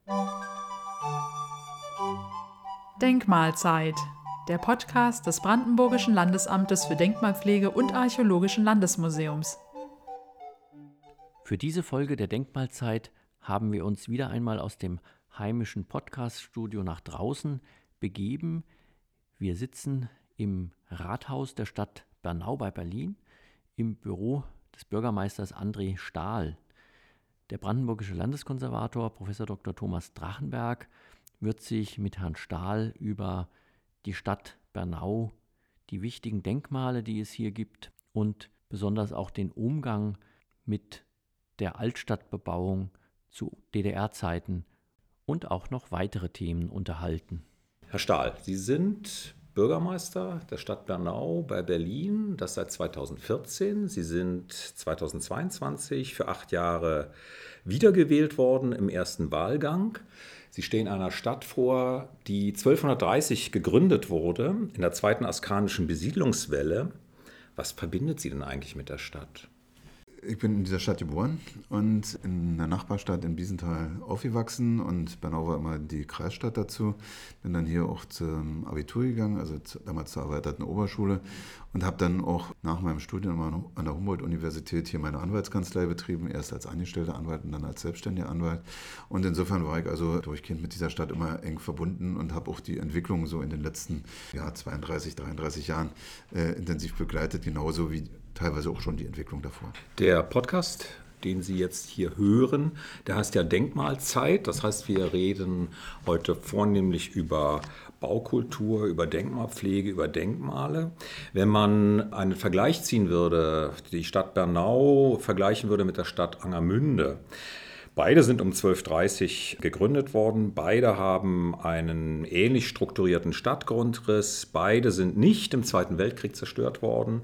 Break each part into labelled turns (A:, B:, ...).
A: Denkmalzeit, der Podcast des Brandenburgischen Landesamtes für Denkmalpflege und Archäologischen Landesmuseums.
B: Für diese Folge der Denkmalzeit haben wir uns wieder einmal aus dem heimischen Podcaststudio nach draußen begeben. Wir sitzen im Rathaus der Stadt Bernau bei Berlin im Büro des Bürgermeisters André Stahl. Der brandenburgische Landeskonservator Prof. Dr. Thomas Drachenberg wird sich mit Herrn Stahl über die Stadt Bernau, die wichtigen Denkmale, die es hier gibt und besonders auch den Umgang mit der Altstadtbebauung zu DDR-Zeiten und auch noch weitere Themen unterhalten.
C: Herr Stahl, Sie sind Bürgermeister der Stadt Bernau bei Berlin, das seit 2014. Sie sind 2022 für 8 Jahre wiedergewählt worden im ersten Wahlgang. Sie stehen einer Stadt vor, die 1230 gegründet wurde, in der zweiten askanischen Besiedlungswelle. Was verbindet Sie denn eigentlich mit der Stadt?
D: Ich bin in dieser Stadt geboren und in der Nachbarstadt in Biesenthal aufgewachsen und Bernau war immer die Kreisstadt dazu. Bin dann hier auch zum Abitur gegangen, also damals zur erweiterten Oberschule und habe dann auch nach meinem Studium an der Humboldt-Universität hier meine Anwaltskanzlei betrieben, erst als angestellter Anwalt und dann als selbstständiger Anwalt. Und insofern war ich also durchgehend mit dieser Stadt immer eng verbunden und habe auch die Entwicklung so in den letzten 32, 33 Jahren intensiv begleitet, genauso wie teilweise auch schon die Entwicklung davor.
C: Der Podcast, den Sie jetzt hier hören, der heißt ja Denkmalzeit. Das heißt, wir reden heute vornehmlich über Baukultur, über Denkmalpflege, über Denkmale. Wenn man einen Vergleich ziehen würde, die Stadt Bernau vergleichen würde mit der Stadt Angermünde. Beide sind um 1230 gegründet worden, beide haben einen ähnlich strukturierten Stadtgrundriss, beide sind nicht im Zweiten Weltkrieg zerstört worden,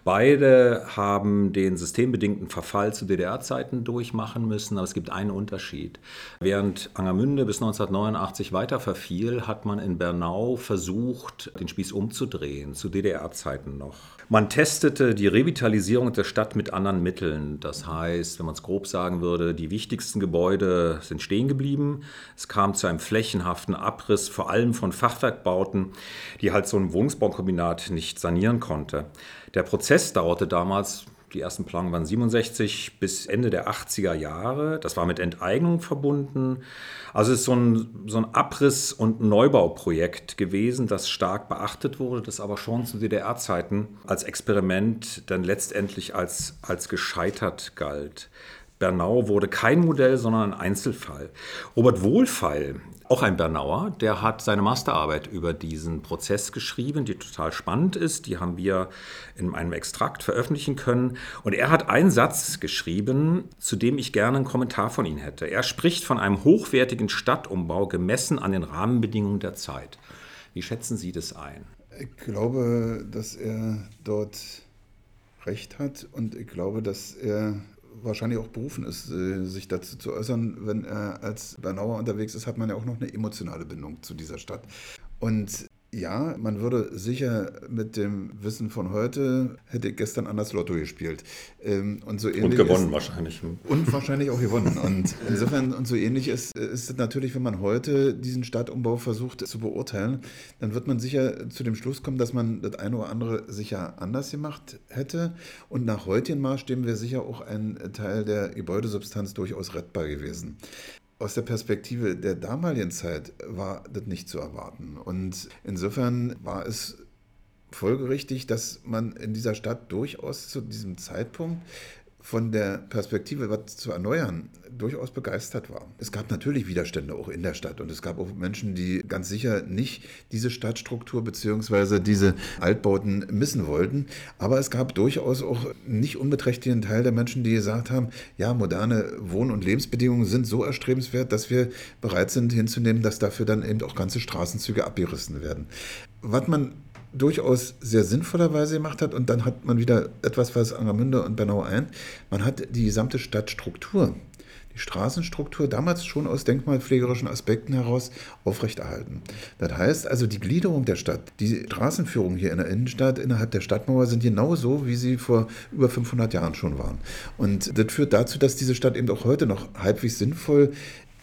C: beide haben den systembedingten Verfall zu DDR-Zeiten durchmachen müssen, aber es gibt einen Unterschied. Während Angermünde bis 1989 weiter verfiel, hat man in Bernau versucht, den Spieß umzudrehen, zu DDR-Zeiten noch. Man testete die Revitalisierung der Stadt mit anderen Mitteln, das heißt, wenn man es grob sagen würde, die wichtigsten Gebäude sind stehen geblieben. Es kam zu einem flächenhaften Abriss, vor allem von Fachwerkbauten, die halt so ein Wohnungsbaukombinat nicht sanieren konnte. Der Prozess dauerte damals, die ersten Planungen waren 67 bis Ende der 80er Jahre. Das war mit Enteignung verbunden. Also es ist so ein Abriss- und Neubauprojekt gewesen, das stark beachtet wurde, das aber schon zu DDR-Zeiten als Experiment dann letztendlich als gescheitert galt. Bernau wurde kein Modell, sondern ein Einzelfall. Robert Wohlfeil, auch ein Bernauer, der hat seine Masterarbeit über diesen Prozess geschrieben, die total spannend ist. Die haben wir in einem Extrakt veröffentlichen können. Und er hat einen Satz geschrieben, zu dem ich gerne einen Kommentar von Ihnen hätte. Er spricht von einem hochwertigen Stadtumbau gemessen an den Rahmenbedingungen der Zeit. Wie schätzen Sie das ein?
D: Ich glaube, dass er dort recht hat und ich glaube, dass er wahrscheinlich auch berufen ist, sich dazu zu äußern. Wenn er als Bernauer unterwegs ist, hat man ja auch noch eine emotionale Bindung zu dieser Stadt. Und ja, man würde sicher mit dem Wissen von heute, hätte ich gestern anders Lotto gespielt. Und so ähnlich
C: und gewonnen wahrscheinlich.
D: Und wahrscheinlich auch gewonnen. Und insofern, und so ähnlich ist es natürlich, wenn man heute diesen Stadtumbau versucht zu beurteilen, dann wird man sicher zu dem Schluss kommen, dass man das eine oder andere sicher anders gemacht hätte. Und nach heutigen Maßstäben wäre sicher auch ein Teil der Gebäudesubstanz durchaus rettbar gewesen. Aus der Perspektive der damaligen Zeit war das nicht zu erwarten. Und insofern war es folgerichtig, dass man in dieser Stadt durchaus zu diesem Zeitpunkt von der Perspektive, was zu erneuern, durchaus begeistert war. Es gab natürlich Widerstände auch in der Stadt und es gab auch Menschen, die ganz sicher nicht diese Stadtstruktur bzw. diese Altbauten missen wollten. Aber es gab durchaus auch nicht unbeträchtlichen Teil der Menschen, die gesagt haben, ja, moderne Wohn- und Lebensbedingungen sind so erstrebenswert, dass wir bereit sind hinzunehmen, dass dafür dann eben auch ganze Straßenzüge abgerissen werden. Was man durchaus sehr sinnvollerweise gemacht hat. Und dann hat man wieder etwas, was Angermünde und Bernau eint. Man hat die gesamte Stadtstruktur, die Straßenstruktur damals schon aus denkmalpflegerischen Aspekten heraus aufrechterhalten. Das heißt also, die Gliederung der Stadt, die Straßenführung hier in der Innenstadt innerhalb der Stadtmauer sind genauso, wie sie vor über 500 Jahren schon waren. Und das führt dazu, dass diese Stadt eben auch heute noch halbwegs sinnvoll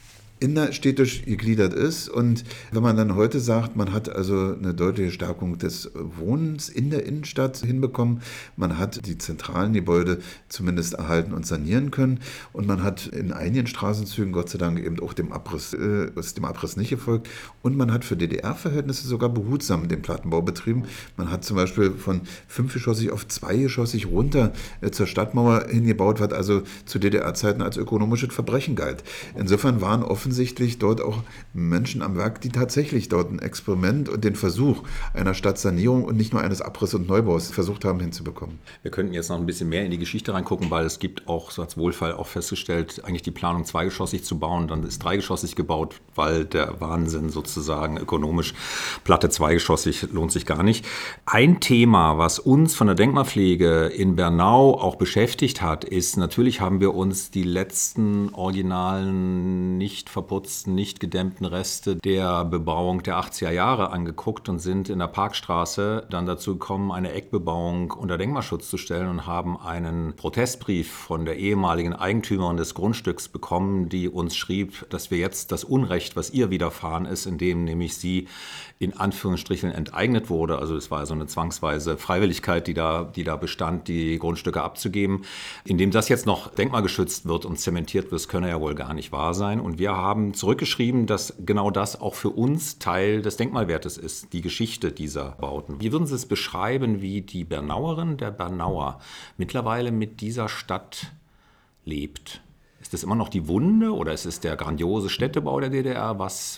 D: innerstädtisch gegliedert ist. Und wenn man dann heute sagt, man hat also eine deutliche Stärkung des Wohnens in der Innenstadt hinbekommen, man hat die zentralen Gebäude zumindest erhalten und sanieren können und man hat in einigen Straßenzügen Gott sei Dank eben auch dem Abriss nicht gefolgt und man hat für DDR-Verhältnisse sogar behutsam den Plattenbau betrieben. Man hat zum Beispiel von 5-geschossig auf 2-geschossig runter zur Stadtmauer hingebaut, was also zu DDR-Zeiten als ökonomisches Verbrechen galt. Insofern waren offensichtlich dort auch Menschen am Werk, die tatsächlich dort ein Experiment und den Versuch einer Stadtsanierung und nicht nur eines Abriss- und Neubaus versucht haben hinzubekommen.
C: Wir könnten jetzt noch ein bisschen mehr in die Geschichte reingucken, weil es gibt auch, so als Wohlfall auch festgestellt, eigentlich die Planung 2-geschossig zu bauen, dann ist 3-geschossig gebaut, weil der Wahnsinn sozusagen ökonomisch, Platte 2-geschossig lohnt sich gar nicht. Ein Thema, was uns von der Denkmalpflege in Bernau auch beschäftigt hat, ist, natürlich haben wir uns die letzten originalen, nicht verputzten, nicht gedämmten Reste der Bebauung der 80er Jahre angeguckt und sind in der Parkstraße dann dazu gekommen, eine Eckbebauung unter Denkmalschutz zu stellen und haben einen Protestbrief von der ehemaligen Eigentümerin des Grundstücks bekommen, die uns schrieb, dass wir jetzt das Unrecht, was ihr widerfahren ist, indem nämlich sie in Anführungsstrichen enteignet wurde, also es war ja so eine zwangsweise Freiwilligkeit, die da bestand, die Grundstücke abzugeben, indem das jetzt noch denkmalgeschützt wird und zementiert wird, das könne ja wohl gar nicht wahr sein. Und wir haben zurückgeschrieben, dass genau das auch für uns Teil des Denkmalwertes ist, die Geschichte dieser Bauten. Wie würden Sie es beschreiben, wie die Bernauerin, der Bernauer mittlerweile mit dieser Stadt lebt? Ist das immer noch die Wunde oder ist es der grandiose Städtebau der DDR? Was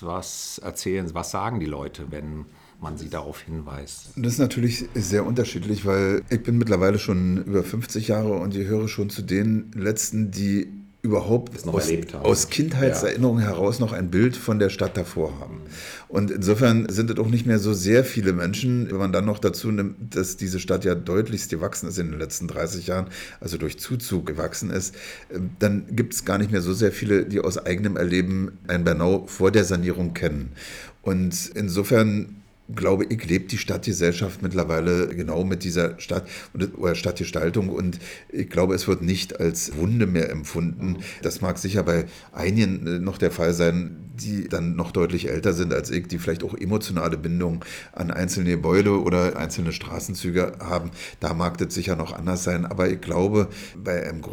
C: sagen die Leute, wenn man sie darauf hinweist?
D: Das ist natürlich sehr unterschiedlich, weil ich bin mittlerweile schon über 50 Jahre und ich gehöre schon zu den Letzten, die überhaupt aus Kindheitserinnerungen heraus noch ein Bild von der Stadt davor haben. Und insofern sind es auch nicht mehr so sehr viele Menschen, wenn man dann noch dazu nimmt, dass diese Stadt ja deutlichst gewachsen ist in den letzten 30 Jahren, also durch Zuzug gewachsen ist, dann gibt es gar nicht mehr so sehr viele, die aus eigenem Erleben ein Bernau vor der Sanierung kennen. Und insofern glaube ich, lebt die Stadtgesellschaft mittlerweile genau mit dieser oder Stadtgestaltung und ich glaube, es wird nicht als Wunde mehr empfunden. Das mag sicher bei einigen noch der Fall sein, die dann noch deutlich älter sind als ich, die vielleicht auch emotionale Bindungen an einzelne Gebäude oder einzelne Straßenzüge haben. Da mag das sicher noch anders sein, aber ich glaube, bei einer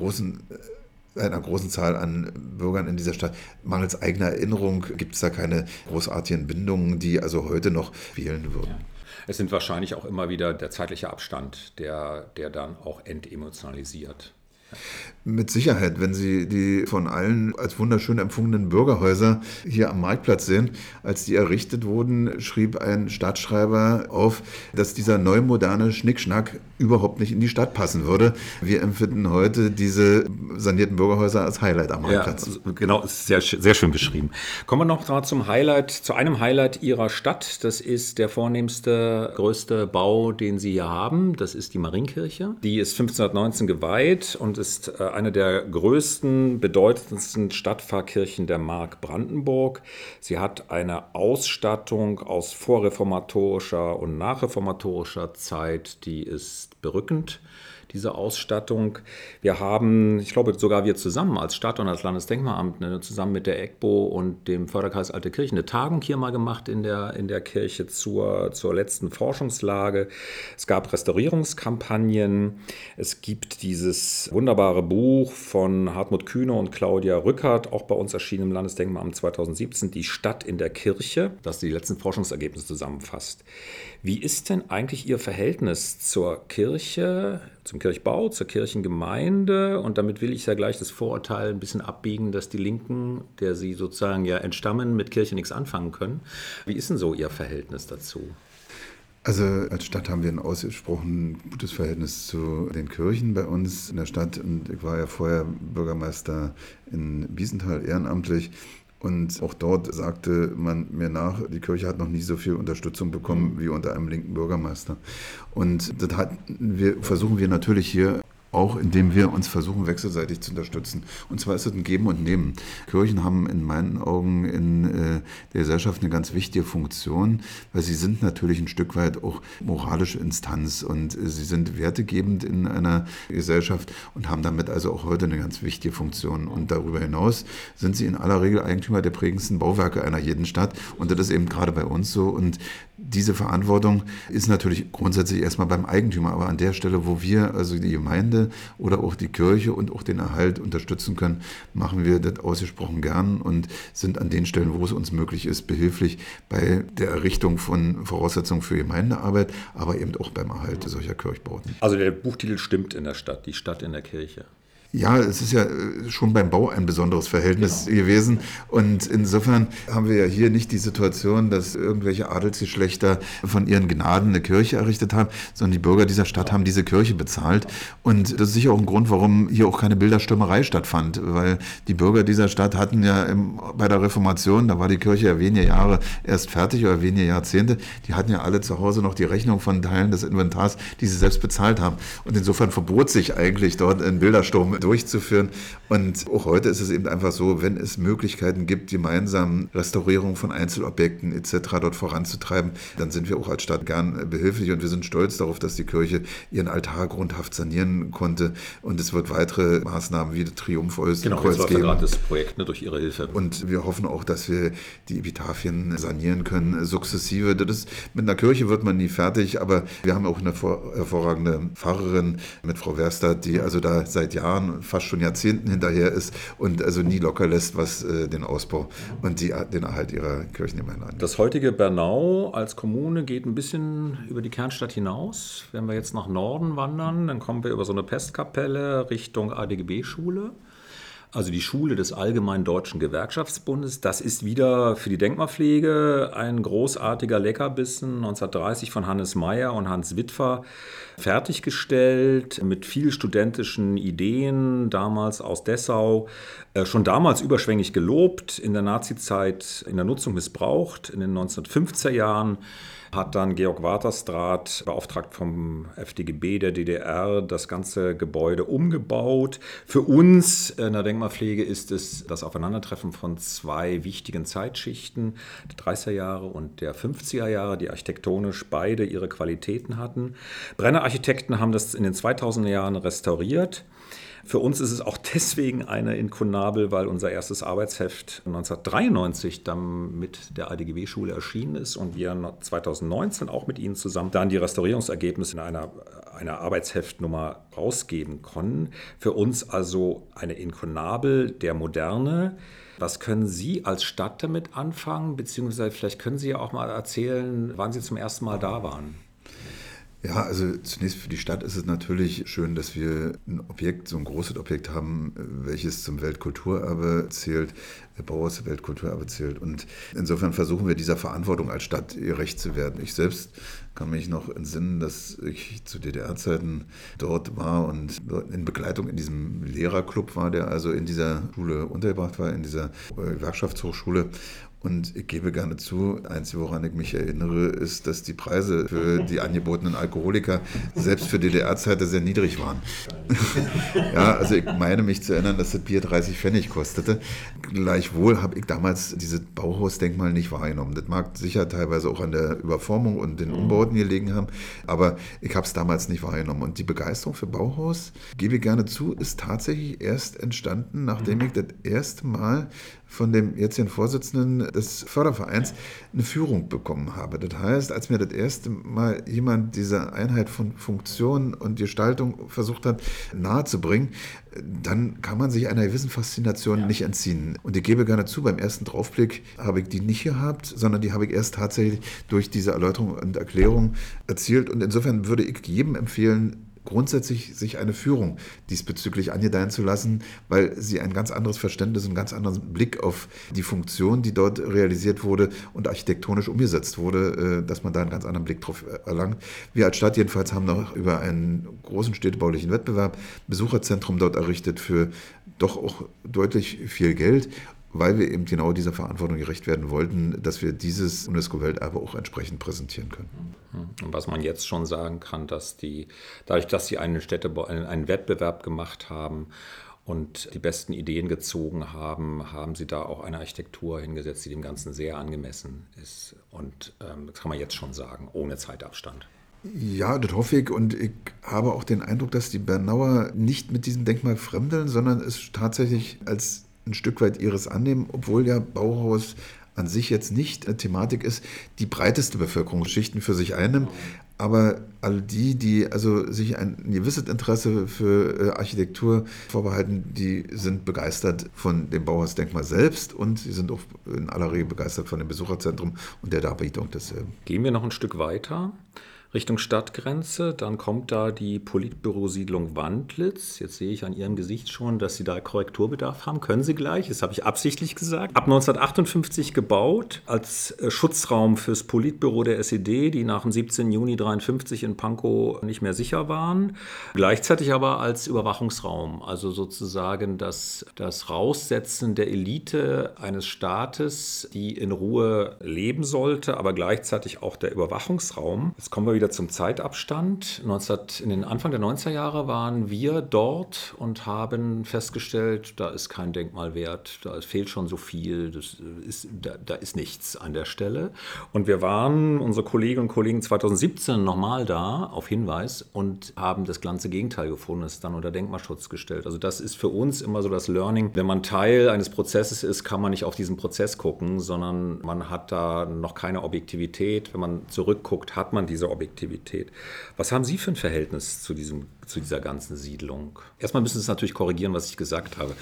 D: großen Zahl an Bürgern in dieser Stadt, mangels eigener Erinnerung, gibt es da keine großartigen Bindungen, die also heute noch fehlen würden.
C: Ja. Es sind wahrscheinlich auch immer wieder der zeitliche Abstand, der dann auch entemotionalisiert.
D: Mit Sicherheit, wenn Sie die von allen als wunderschön empfundenen Bürgerhäuser hier am Marktplatz sehen, als die errichtet wurden, schrieb ein Stadtschreiber auf, dass dieser neumoderne Schnickschnack überhaupt nicht in die Stadt passen würde. Wir empfinden heute diese sanierten Bürgerhäuser als Highlight am Marktplatz.
C: Ja, genau, ist sehr, sehr schön beschrieben. Kommen wir noch mal zu einem Highlight Ihrer Stadt. Das ist der vornehmste, größte Bau, den Sie hier haben. Das ist die Marienkirche. Die ist 1519 geweiht und ist eine der größten, bedeutendsten Stadtpfarrkirchen der Mark Brandenburg. Sie hat eine Ausstattung aus vorreformatorischer und nachreformatorischer Zeit, die ist berückend, diese Ausstattung. Wir haben, ich glaube sogar wir zusammen als Stadt und als Landesdenkmalamt, zusammen mit der EGBO und dem Förderkreis Alte Kirchen eine Tagung hier mal gemacht in der Kirche zur letzten Forschungslage. Es gab Restaurierungskampagnen. Es gibt dieses wunderbare Buch von Hartmut Kühne und Claudia Rückert, auch bei uns erschienen im Landesdenkmalamt 2017, Die Stadt in der Kirche, das die letzten Forschungsergebnisse zusammenfasst. Wie ist denn eigentlich Ihr Verhältnis zur Kirche, zum Kirchbau, zur Kirchengemeinde? Und damit will ich ja gleich das Vorurteil ein bisschen abbiegen, dass die Linken, der Sie sozusagen ja entstammen, mit Kirche nichts anfangen können. Wie ist denn so Ihr Verhältnis dazu?
D: Also als Stadt haben wir ein ausgesprochen gutes Verhältnis zu den Kirchen bei uns in der Stadt. Und ich war ja vorher Bürgermeister in Biesenthal ehrenamtlich. Und auch dort sagte man mir nach, die Kirche hat noch nie so viel Unterstützung bekommen wie unter einem linken Bürgermeister. Und das versuchen wir natürlich hier auch indem wir uns versuchen, wechselseitig zu unterstützen. Und zwar ist es ein Geben und Nehmen. Kirchen haben in meinen Augen in der Gesellschaft eine ganz wichtige Funktion, weil sie sind natürlich ein Stück weit auch moralische Instanz und sie sind wertegebend in einer Gesellschaft und haben damit also auch heute eine ganz wichtige Funktion. Und darüber hinaus sind sie in aller Regel Eigentümer der prägendsten Bauwerke einer jeden Stadt. Und das ist eben gerade bei uns so. Und diese Verantwortung ist natürlich grundsätzlich erstmal beim Eigentümer, aber an der Stelle, wo wir, also die Gemeinde oder auch die Kirche und auch den Erhalt unterstützen können, machen wir das ausgesprochen gern und sind an den Stellen, wo es uns möglich ist, behilflich bei der Errichtung von Voraussetzungen für Gemeindearbeit, aber eben auch beim Erhalt solcher Kirchbauten.
C: Also der Buchtitel stimmt in der Stadt, die Stadt in der Kirche.
D: Ja, es ist ja schon beim Bau ein besonderes Verhältnis gewesen und insofern haben wir ja hier nicht die Situation, dass irgendwelche Adelsgeschlechter von ihren Gnaden eine Kirche errichtet haben, sondern die Bürger dieser Stadt haben diese Kirche bezahlt und das ist sicher auch ein Grund, warum hier auch keine Bilderstürmerei stattfand, weil die Bürger dieser Stadt hatten ja bei der Reformation, da war die Kirche ja wenige Jahre erst fertig oder wenige Jahrzehnte, die hatten ja alle zu Hause noch die Rechnung von Teilen des Inventars, die sie selbst bezahlt haben und insofern verbot sich eigentlich dort ein Bildersturm durchzuführen. Und auch heute ist es eben einfach so, wenn es Möglichkeiten gibt, gemeinsam Restaurierung von Einzelobjekten etc. dort voranzutreiben, dann sind wir auch als Stadt gern behilflich und wir sind stolz darauf, dass die Kirche ihren Altar grundhaft sanieren konnte und es wird weitere Maßnahmen wie das Triumphkreuz
C: geben. Genau, das war gerade das Projekt durch Ihre Hilfe.
D: Und wir hoffen auch, dass wir die Epitaphien sanieren können, sukzessive. Das ist, mit einer Kirche wird man nie fertig, aber wir haben auch eine hervorragende Pfarrerin mit Frau Werstadt, die also da seit Jahren, fast schon Jahrzehnten hinterher ist und also nie locker lässt, was den Ausbau und den Erhalt ihrer Kirchengemeinde angeht.
C: Das heutige Bernau als Kommune geht ein bisschen über die Kernstadt hinaus. Wenn wir jetzt nach Norden wandern, dann kommen wir über so eine Pestkapelle Richtung ADGB-Schule. Also die Schule des Allgemeinen Deutschen Gewerkschaftsbundes, das ist wieder für die Denkmalpflege ein großartiger Leckerbissen, 1930 von Hannes Meyer und Hans Witwer fertiggestellt, mit viel studentischen Ideen, damals aus Dessau, schon damals überschwänglich gelobt, in der Nazizeit in der Nutzung missbraucht, in den 1950er Jahren. Hat dann Georg Waterstraat, beauftragt vom FDGB der DDR, das ganze Gebäude umgebaut. Für uns in der Denkmalpflege ist es das Aufeinandertreffen von zwei wichtigen Zeitschichten, der 30er Jahre und der 50er Jahre, die architektonisch beide ihre Qualitäten hatten. Brenner Architekten haben das in den 2000er Jahren restauriert. Für uns ist es auch deswegen eine Inkunabel, weil unser erstes Arbeitsheft 1993 dann mit der ADGB-Schule erschienen ist und wir 2019 auch mit Ihnen zusammen dann die Restaurierungsergebnisse in einer Arbeitsheftnummer rausgeben konnten. Für uns also eine Inkunabel der Moderne. Was können Sie als Stadt damit anfangen? Beziehungsweise vielleicht können Sie ja auch mal erzählen, wann Sie zum ersten Mal da waren.
D: Ja, also zunächst für die Stadt ist es natürlich schön, dass wir ein Objekt, so ein großes Objekt haben, welches zum Weltkulturerbe zählt, Bauhaus Weltkulturerbe zählt. Und insofern versuchen wir dieser Verantwortung als Stadt gerecht zu werden. Ich selbst kann mich noch entsinnen, dass ich zu DDR-Zeiten dort war und in Begleitung in diesem Lehrerclub war, der also in dieser Schule untergebracht war, in dieser Gewerkschaftshochschule. Und ich gebe gerne zu, einzig woran ich mich erinnere, ist, dass die Preise für die angebotenen Alkoholiker selbst für DDR-Zeiten sehr niedrig waren. Ja, also ich meine mich zu erinnern, dass das Bier 30 Pfennig kostete. Gleichwohl habe ich damals dieses Bauhausdenkmal nicht wahrgenommen. Das mag sicher teilweise auch an der Überformung und den Umbauten gelegen haben, aber ich habe es damals nicht wahrgenommen. Und die Begeisterung für Bauhaus, gebe ich gerne zu, ist tatsächlich erst entstanden, nachdem ich das erste Mal von dem jetzigen Vorsitzenden des Fördervereins eine Führung bekommen habe. Das heißt, als mir das erste Mal jemand diese Einheit von Funktion und Gestaltung versucht hat, nahezubringen, dann kann man sich einer gewissen Faszination nicht entziehen. Und ich gebe gerne zu, beim ersten Draufblick habe ich die nicht gehabt, sondern die habe ich erst tatsächlich durch diese Erläuterung und Erklärung erzielt. Und insofern würde ich jedem empfehlen, grundsätzlich sich eine Führung diesbezüglich angedeihen zu lassen, weil sie ein ganz anderes Verständnis, einen ganz anderen Blick auf die Funktion, die dort realisiert wurde und architektonisch umgesetzt wurde, dass man da einen ganz anderen Blick drauf erlangt. Wir als Stadt jedenfalls haben noch über einen großen städtebaulichen Wettbewerb Besucherzentrum dort errichtet für doch auch deutlich viel Geld. weil wir eben genau dieser Verantwortung gerecht werden wollten, dass wir dieses UNESCO-Welterbe auch entsprechend präsentieren können.
C: Und was man jetzt schon sagen kann, dass dadurch, dass sie einen Wettbewerb gemacht haben und die besten Ideen gezogen haben, haben sie da auch eine Architektur hingesetzt, die dem Ganzen sehr angemessen ist. Und das kann man jetzt schon sagen, ohne Zeitabstand.
D: Ja, das hoffe ich. Und ich habe auch den Eindruck, dass die Bernauer nicht mit diesem Denkmal fremdeln, sondern es tatsächlich als ein Stück weit ihres annehmen, obwohl ja Bauhaus an sich jetzt nicht eine Thematik ist, die breiteste Bevölkerungsschichten für sich einnimmt. Aber all die also sich ein gewisses Interesse für Architektur vorbehalten, die sind begeistert von dem Bauhausdenkmal selbst und sie sind auch in aller Regel begeistert von dem Besucherzentrum und der Darbietung desselben.
C: Gehen wir noch ein Stück weiter Richtung Stadtgrenze, dann kommt da die Politbürosiedlung Wandlitz. Jetzt sehe ich an Ihrem Gesicht schon, dass Sie da Korrekturbedarf haben. Können Sie gleich, das habe ich absichtlich gesagt. Ab 1958 gebaut als Schutzraum fürs Politbüro der SED, die nach dem 17. Juni 1953 in Pankow nicht mehr sicher waren. Gleichzeitig aber als Überwachungsraum, also sozusagen das Raussetzen der Elite eines Staates, die in Ruhe leben sollte, aber gleichzeitig auch der Überwachungsraum. Jetzt kommen wir wieder zum Zeitabstand. In den Anfang der 90er Jahre waren wir dort und haben festgestellt, da ist kein Denkmal wert, da fehlt schon so viel, da ist nichts an der Stelle. Und wir waren, unsere Kolleginnen und Kollegen, 2017 nochmal da, auf Hinweis, und haben das ganze Gegenteil gefunden, es ist dann unter Denkmalschutz gestellt. Also das ist für uns immer so das Learning. Wenn man Teil eines Prozesses ist, kann man nicht auf diesen Prozess gucken, sondern man hat da noch keine Objektivität. Wenn man zurückguckt, hat man diese Objektivität. Was haben Sie für ein Verhältnis zu dieser ganzen Siedlung? Erstmal müssen Sie es natürlich korrigieren, was ich gesagt habe.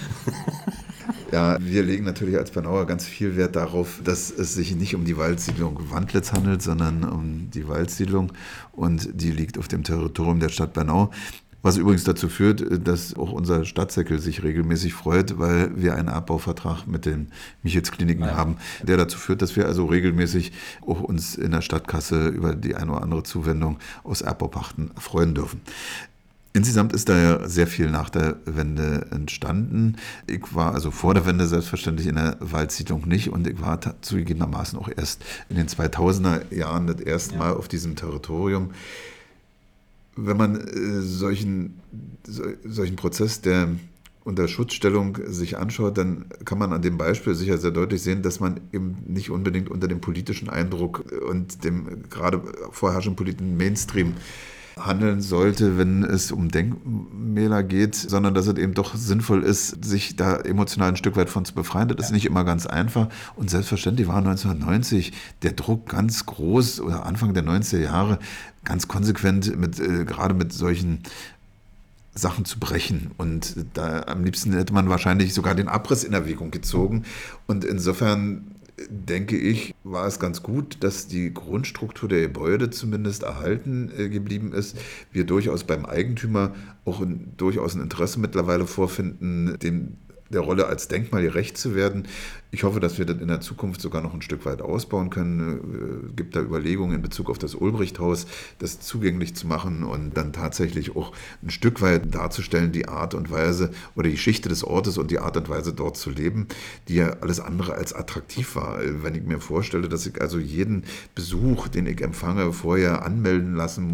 D: Ja, wir legen natürlich als Bernauer ganz viel Wert darauf, dass es sich nicht um die Waldsiedlung Wandlitz handelt, sondern um die Waldsiedlung, und die liegt auf dem Territorium der Stadt Bernau. Was übrigens dazu führt, dass auch unser Stadtsäckel sich regelmäßig freut, weil wir einen Abbauvertrag mit den Michels-Kliniken haben, der dazu führt, dass wir also regelmäßig auch uns in der Stadtkasse über die eine oder andere Zuwendung aus Erbbaupachten freuen dürfen. Insgesamt ist da ja sehr viel nach der Wende entstanden. Ich war also vor der Wende selbstverständlich in der Waldsiedlung nicht, und ich war zugegebenermaßen auch erst in den 2000er Jahren das erste Mal auf diesem Territorium. Wenn man solchen Prozess der Unterschutzstellung sich anschaut, dann kann man an dem Beispiel sicher sehr deutlich sehen, dass man eben nicht unbedingt unter dem politischen Eindruck und dem gerade vorherrschenden politischen Mainstream handeln sollte, wenn es um Denkmäler geht, sondern dass es eben doch sinnvoll ist, sich da emotional ein Stück weit von zu befreien. Das ist nicht immer ganz einfach, und selbstverständlich war 1990 der Druck ganz groß, oder Anfang der 90er Jahre ganz konsequent gerade mit solchen Sachen zu brechen, und da am liebsten hätte man wahrscheinlich sogar den Abriss in Erwägung gezogen, und insofern denke ich, war es ganz gut, dass die Grundstruktur der Gebäude zumindest erhalten geblieben ist. Wir durchaus beim Eigentümer auch durchaus ein Interesse mittlerweile vorfinden, der Rolle als Denkmal gerecht zu werden. Ich hoffe, dass wir das in der Zukunft sogar noch ein Stück weit ausbauen können. Es gibt da Überlegungen in Bezug auf das Ulbrichthaus, das zugänglich zu machen und dann tatsächlich auch ein Stück weit darzustellen, die Art und Weise oder die Geschichte des Ortes und die Art und Weise dort zu leben, die ja alles andere als attraktiv war. Wenn ich mir vorstelle, dass ich also jeden Besuch, den ich empfange, vorher anmelden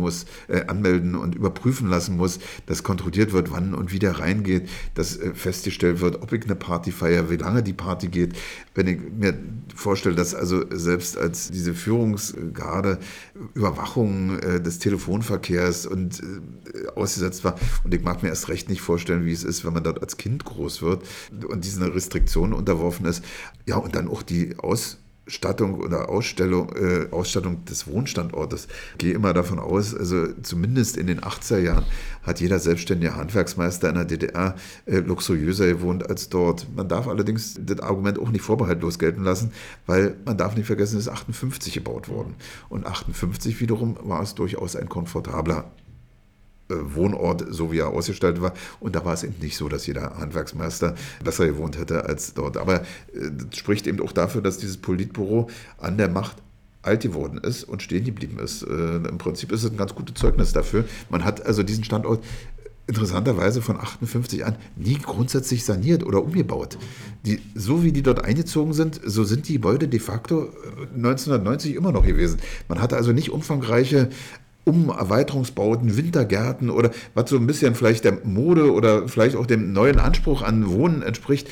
D: und überprüfen lassen muss, dass kontrolliert wird, wann und wie der reingeht, dass festgestellt wird, ob ich eine Party feiere, wie lange die Party geht. Wenn ich mir vorstelle, dass also selbst als diese Führungsgarde Überwachung des Telefonverkehrs und ausgesetzt war, und ich mag mir erst recht nicht vorstellen, wie es ist, wenn man dort als Kind groß wird und diesen Restriktionen unterworfen ist. Ja, und dann auch die Ausstattung oder Ausstattung des Wohnstandortes. Ich gehe immer davon aus, also zumindest in den 80er Jahren hat jeder selbstständige Handwerksmeister in der DDR luxuriöser gewohnt als dort. Man darf allerdings das Argument auch nicht vorbehaltlos gelten lassen, weil man darf nicht vergessen, es ist 58 gebaut worden. Und 58 wiederum war es durchaus ein komfortabler Wohnort, so wie er ausgestaltet war. Und da war es eben nicht so, dass jeder Handwerksmeister besser gewohnt hätte als dort. Aber das spricht eben auch dafür, dass dieses Politbüro an der Macht alt geworden ist und stehen geblieben ist. Im Prinzip ist es ein ganz gutes Zeugnis dafür. Man hat also diesen Standort interessanterweise von 58 an nie grundsätzlich saniert oder umgebaut. So wie die dort eingezogen sind, so sind die Gebäude de facto 1990 immer noch gewesen. Man hatte also nicht umfangreiche Erweiterungsbauten, Wintergärten oder was so ein bisschen vielleicht der Mode oder vielleicht auch dem neuen Anspruch an Wohnen entspricht,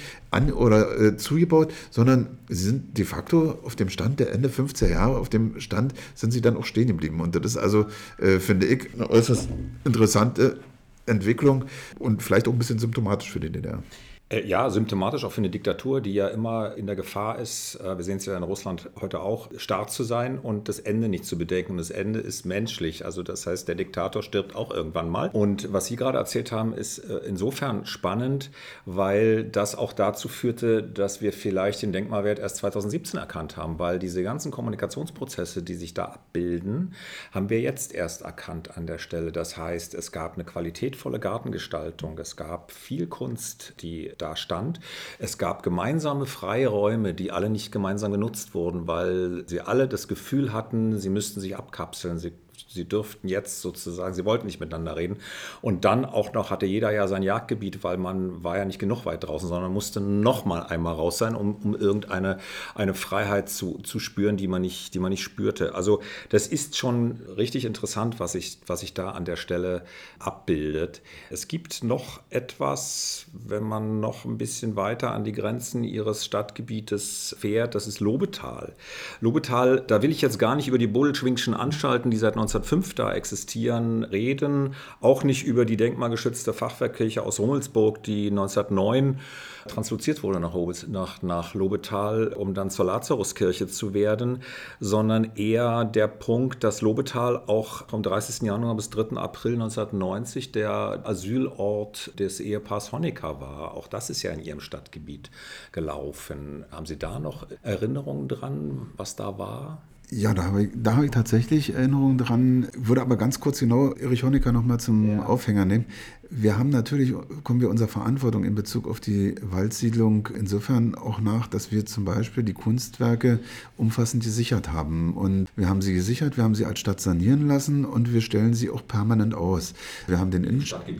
D: zugebaut, sondern sie sind de facto auf dem Stand der Ende 50er Jahre, auf dem Stand sind sie dann auch stehen geblieben. Und das ist also, finde ich, eine äußerst interessante Entwicklung und vielleicht auch ein bisschen symptomatisch für die DDR.
C: Ja, symptomatisch auch für eine Diktatur, die ja immer in der Gefahr ist, wir sehen es ja in Russland heute auch, stark zu sein und das Ende nicht zu bedenken. Und das Ende ist menschlich, also das heißt, der Diktator stirbt auch irgendwann mal. Und was Sie gerade erzählt haben, ist insofern spannend, weil das auch dazu führte, dass wir vielleicht den Denkmalwert erst 2017 erkannt haben, weil diese ganzen Kommunikationsprozesse, die sich da abbilden, haben wir jetzt erst erkannt an der Stelle. Das heißt, es gab eine qualitätvolle Gartengestaltung, es gab viel Kunst, die da stand. Es gab gemeinsame Freiräume, die alle nicht gemeinsam genutzt wurden, weil sie alle das Gefühl hatten, sie müssten sich abkapseln. Sie dürften jetzt sozusagen, sie wollten nicht miteinander reden. Und dann auch noch hatte jeder ja sein Jagdgebiet, weil man war ja nicht genug weit draußen, sondern musste noch mal einmal raus sein, um irgendeine Freiheit zu spüren, die man nicht spürte. Also das ist schon richtig interessant, was sich da an der Stelle abbildet. Es gibt noch etwas, wenn man noch ein bisschen weiter an die Grenzen ihres Stadtgebietes fährt, das ist Lobetal. Lobetal, da will ich jetzt gar nicht über die Bodelschwingschen Anstalten, die seit 1905 da existieren, reden. Auch nicht über die denkmalgeschützte Fachwerkkirche aus Rummelsburg, die 1909 transloziert wurde nach Lobetal, um dann zur Lazaruskirche zu werden, sondern eher der Punkt, dass Lobetal auch vom 30. Januar bis 3. April 1990 der Asylort des Ehepaars Honecker war. Auch das ist ja in Ihrem Stadtgebiet gelaufen. Haben Sie da noch Erinnerungen dran, was da war?
D: Ja, da habe ich tatsächlich Erinnerungen dran. Würde aber ganz kurz genau Erich Honecker nochmal zum Aufhänger nehmen. Wir haben natürlich, kommen wir unserer Verantwortung in Bezug auf die Waldsiedlung insofern auch nach, dass wir zum Beispiel die Kunstwerke umfassend gesichert haben. Und wir haben sie gesichert, wir haben sie als Stadt sanieren lassen und wir stellen sie auch permanent aus. Wir haben den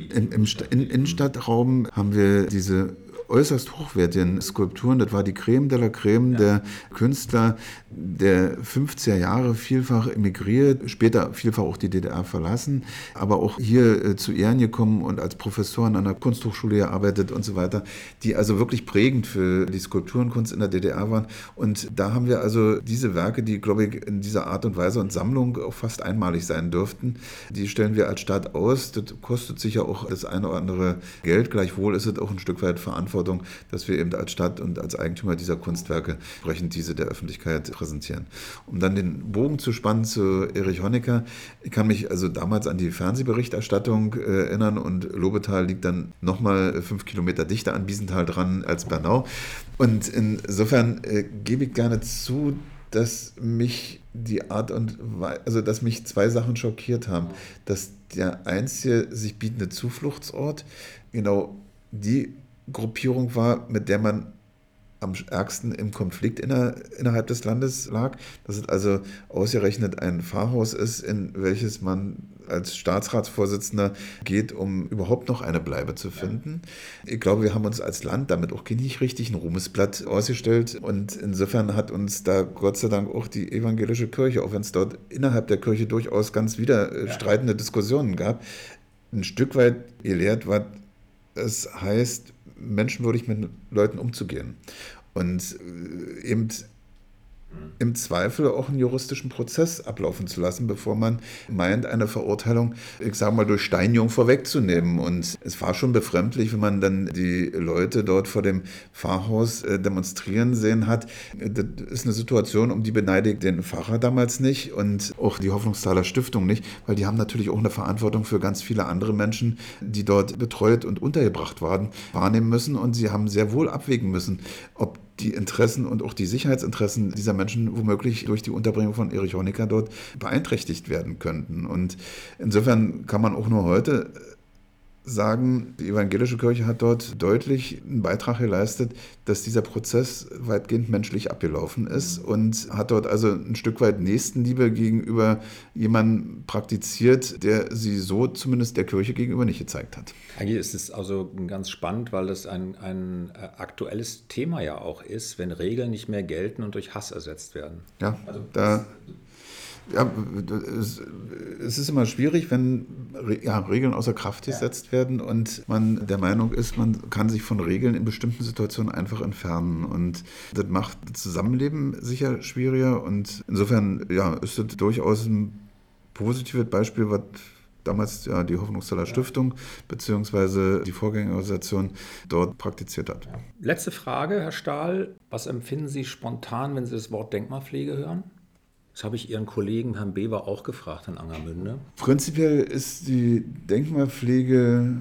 D: Innenstadtraum haben wir diese äußerst hochwertigen Skulpturen. Das war die Creme de la Creme der Künstler der 50er Jahre, vielfach emigriert, später vielfach auch die DDR verlassen, aber auch hier zu Ehren gekommen und als Professoren an der Kunsthochschule gearbeitet und so weiter, die also wirklich prägend für die Skulpturenkunst in der DDR waren. Und da haben wir also diese Werke, die, glaube ich, in dieser Art und Weise und Sammlung auch fast einmalig sein dürften, die stellen wir als Stadt aus. Das kostet sicher auch das eine oder andere Geld. Gleichwohl ist es auch ein Stück weit Verantwortung, dass wir eben als Stadt und als Eigentümer dieser Kunstwerke entsprechend diese der Öffentlichkeit präsentieren. Um dann den Bogen zu spannen zu Erich Honecker, ich kann mich also damals an die Fernsehberichterstattung erinnern und Lobetal liegt dann nochmal 5 Kilometer dichter an Biesenthal dran als Bernau. Und insofern gebe ich gerne zu, dass mich die Art und Weise, also dass mich zwei Sachen schockiert haben. Dass der einzige sich bietende Zufluchtsort genau die Gruppierung war, mit der man am ärgsten im Konflikt innerhalb des Landes lag. Dass es also ausgerechnet ein Pfarrhaus ist, in welches man als Staatsratsvorsitzender geht, um überhaupt noch eine Bleibe zu finden. Ich glaube, wir haben uns als Land damit auch nicht richtig ein Ruhmesblatt ausgestellt und insofern hat uns da Gott sei Dank auch die evangelische Kirche, auch wenn es dort innerhalb der Kirche durchaus ganz widerstreitende Diskussionen gab, ein Stück weit gelehrt, was es heißt, menschenwürdig mit Leuten umzugehen und eben im Zweifel auch einen juristischen Prozess ablaufen zu lassen, bevor man meint, eine Verurteilung, ich sage mal, durch Steinigung vorwegzunehmen. Und es war schon befremdlich, wenn man dann die Leute dort vor dem Pfarrhaus demonstrieren sehen hat. Das ist eine Situation, um die beneide ich den Pfarrer damals nicht und auch die Hoffnungsthaler Stiftung nicht, weil die haben natürlich auch eine Verantwortung für ganz viele andere Menschen, die dort betreut und untergebracht waren, wahrnehmen müssen. Und sie haben sehr wohl abwägen müssen, ob die Interessen und auch die Sicherheitsinteressen dieser Menschen womöglich durch die Unterbringung von Erich Honecker dort beeinträchtigt werden könnten. Und insofern kann man auch nur heute sagen, die evangelische Kirche hat dort deutlich einen Beitrag geleistet, dass dieser Prozess weitgehend menschlich abgelaufen ist und hat dort also ein Stück weit Nächstenliebe gegenüber jemandem praktiziert, der sie so zumindest der Kirche gegenüber nicht gezeigt hat.
C: Eigentlich ist es also ganz spannend, weil das ein aktuelles Thema ja auch ist, wenn Regeln nicht mehr gelten und durch Hass ersetzt werden.
D: Ja, ja, es ist immer schwierig, wenn Regeln außer Kraft gesetzt werden und man der Meinung ist, man kann sich von Regeln in bestimmten Situationen einfach entfernen. Und das macht das Zusammenleben sicher schwieriger. Und insofern ist das durchaus ein positives Beispiel, was damals die Hoffnungszeller Stiftung bzw. die Vorgängerorganisation dort praktiziert hat.
C: Letzte Frage, Herr Stahl. Was empfinden Sie spontan, wenn Sie das Wort Denkmalpflege hören? Das habe ich Ihren Kollegen Herrn Beber auch gefragt in Angermünde.
D: Prinzipiell ist die Denkmalpflege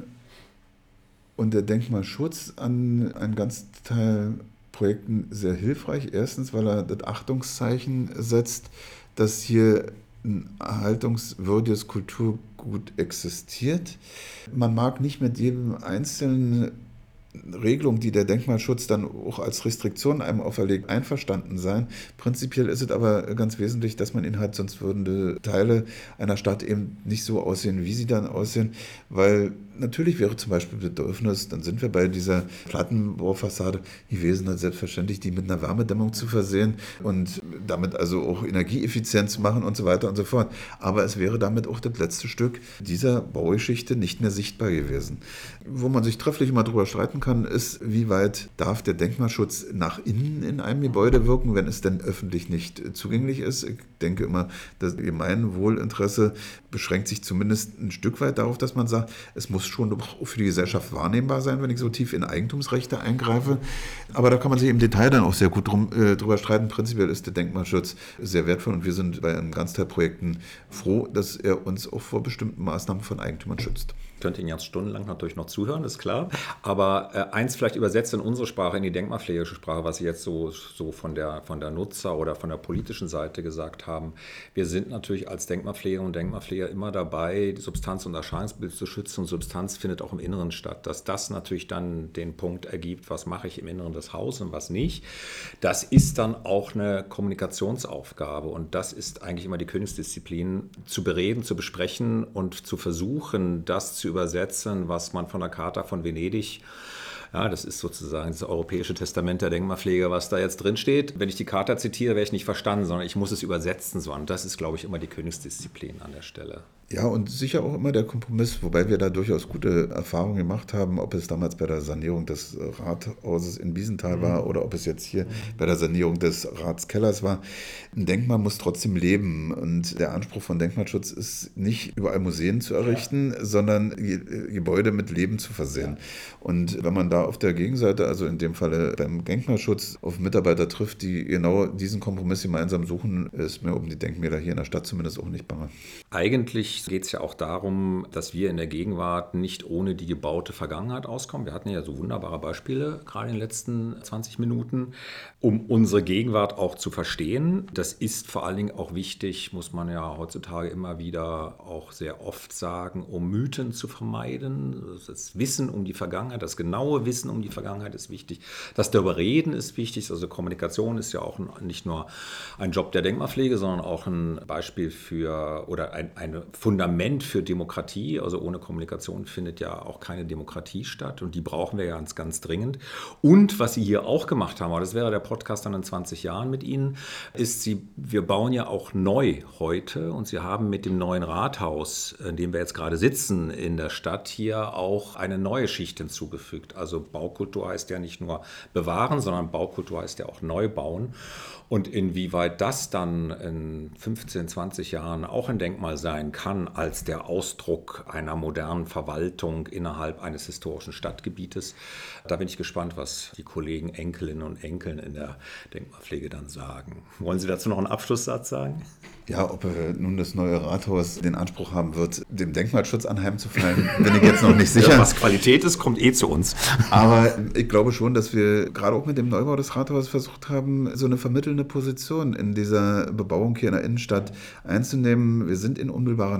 D: und der Denkmalschutz an einem ganzen Teil Projekten sehr hilfreich. Erstens, weil er das Achtungszeichen setzt, dass hier ein erhaltungswürdiges Kulturgut existiert. Man mag nicht mit jedem einzelnen Regelung, die der Denkmalschutz dann auch als Restriktion einem auferlegt, einverstanden sein. Prinzipiell ist es aber ganz wesentlich, dass man ihn hat, sonst würden die Teile einer Stadt eben nicht so aussehen, wie sie dann aussehen, weil natürlich wäre zum Beispiel Bedürfnis, dann sind wir bei dieser Plattenbaufassade gewesen, selbstverständlich die mit einer Wärmedämmung zu versehen und damit also auch energieeffizient zu machen und so weiter und so fort. Aber es wäre damit auch das letzte Stück dieser Baugeschichte nicht mehr sichtbar gewesen. Wo man sich trefflich immer drüber streiten kann, ist, wie weit darf der Denkmalschutz nach innen in einem Gebäude wirken, wenn es denn öffentlich nicht zugänglich ist. Ich denke immer, das Gemeinwohlinteresse beschränkt sich zumindest ein Stück weit darauf, dass man sagt, es muss schon für die Gesellschaft wahrnehmbar sein, wenn ich so tief in Eigentumsrechte eingreife. Aber da kann man sich im Detail dann auch sehr gut drüber streiten. Prinzipiell ist der Denkmalschutz sehr wertvoll und wir sind bei einem Ganzteil Projekten froh, dass er uns auch vor bestimmten Maßnahmen von Eigentümern schützt.
C: Ich könnte Ihnen jetzt stundenlang natürlich noch zuhören, ist klar. Aber eins vielleicht übersetzt in unsere Sprache, in die denkmalpflegerische Sprache, was Sie jetzt so von der Nutzer- oder von der politischen Seite gesagt haben. Wir sind natürlich als Denkmalpfleger und Denkmalpfleger immer dabei, die Substanz und Erscheinungsbild zu schützen. Und Substanz findet auch im Inneren statt. Dass das natürlich dann den Punkt ergibt, was mache ich im Inneren des Hauses und was nicht. Das ist dann auch eine Kommunikationsaufgabe. Und das ist eigentlich immer die Königsdisziplin, zu bereden, zu besprechen und zu versuchen, das zu übersetzen, was man von der Charta von Venedig, ja, das ist sozusagen das europäische Testament der Denkmalpflege, was da jetzt drin steht. Wenn ich die Charta zitiere, wäre ich nicht verstanden, sondern ich muss es übersetzen. Und das ist, glaube ich, immer die Königsdisziplin an der Stelle.
D: Ja, und sicher auch immer der Kompromiss, wobei wir da durchaus gute Erfahrungen gemacht haben, ob es damals bei der Sanierung des Rathauses in Biesenthal war oder ob es jetzt hier bei der Sanierung des Ratskellers war. Ein Denkmal muss trotzdem leben und der Anspruch von Denkmalschutz ist nicht überall Museen zu errichten, sondern Gebäude mit Leben zu versehen. Und wenn man da auf der Gegenseite, also in dem Falle beim Denkmalschutz, auf Mitarbeiter trifft, die genau diesen Kompromiss gemeinsam suchen, ist mir um die Denkmäler hier in der Stadt zumindest auch nicht bange.
C: Eigentlich geht es ja auch darum, dass wir in der Gegenwart nicht ohne die gebaute Vergangenheit auskommen. Wir hatten ja so wunderbare Beispiele, gerade in den letzten 20 Minuten, um unsere Gegenwart auch zu verstehen. Das ist vor allen Dingen auch wichtig, muss man ja heutzutage immer wieder auch sehr oft sagen, um Mythen zu vermeiden. Das Wissen um die Vergangenheit, das genaue Wissen um die Vergangenheit ist wichtig. Das darüber reden ist wichtig. Also Kommunikation ist ja auch nicht nur ein Job der Denkmalpflege, sondern auch ein Beispiel für oder ein Fundament für Demokratie. Also ohne Kommunikation findet ja auch keine Demokratie statt und die brauchen wir ja ganz, ganz dringend. Und was Sie hier auch gemacht haben, aber das wäre der Podcast dann in 20 Jahren mit Ihnen, ist, wir bauen ja auch neu heute und Sie haben mit dem neuen Rathaus, in dem wir jetzt gerade sitzen in der Stadt, hier auch eine neue Schicht hinzugefügt. Also Baukultur heißt ja nicht nur bewahren, sondern Baukultur heißt ja auch neu bauen. Und inwieweit das dann in 15, 20 Jahren auch ein Denkmal sein kann als der Ausdruck einer modernen Verwaltung innerhalb eines historischen Stadtgebietes, da bin ich gespannt, was die Kollegen Enkelinnen und Enkeln in der Denkmalpflege dann sagen. Wollen Sie dazu noch einen Abschlusssatz sagen?
D: Ja, ob nun das neue Rathaus den Anspruch haben wird, dem Denkmalschutz anheimzufallen, bin ich jetzt noch nicht sicher.
C: Ja, was Qualität ist, kommt zu uns.
D: Aber ich glaube schon, dass wir gerade auch mit dem Neubau des Rathauses versucht haben, so eine vermittelnde Position in dieser Bebauung hier in der Innenstadt einzunehmen. Wir sind in unmittelbarer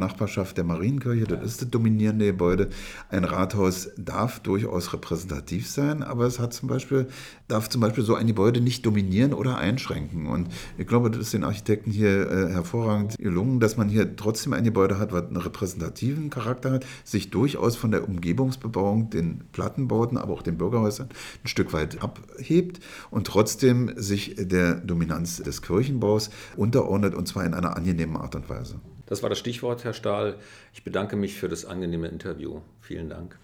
D: Nachbarschaft der Marienkirche, das ist das dominierende Gebäude. Ein Rathaus darf durchaus repräsentativ sein, aber es darf zum Beispiel so ein Gebäude nicht dominieren oder einschränken. Und ich glaube, das ist den Architekten hier hervorragend gelungen, dass man hier trotzdem ein Gebäude hat, was einen repräsentativen Charakter hat, sich durchaus von der Umgebungsbebauung, den Plattenbauten, aber auch den Bürgerhäusern ein Stück weit abhebt und trotzdem sich der Dominanz des Kirchenbaus unterordnet, und zwar in einer angenehmen Art und Weise.
C: Das war das Stichwort, Herr Stahl. Ich bedanke mich für das angenehme Interview. Vielen Dank.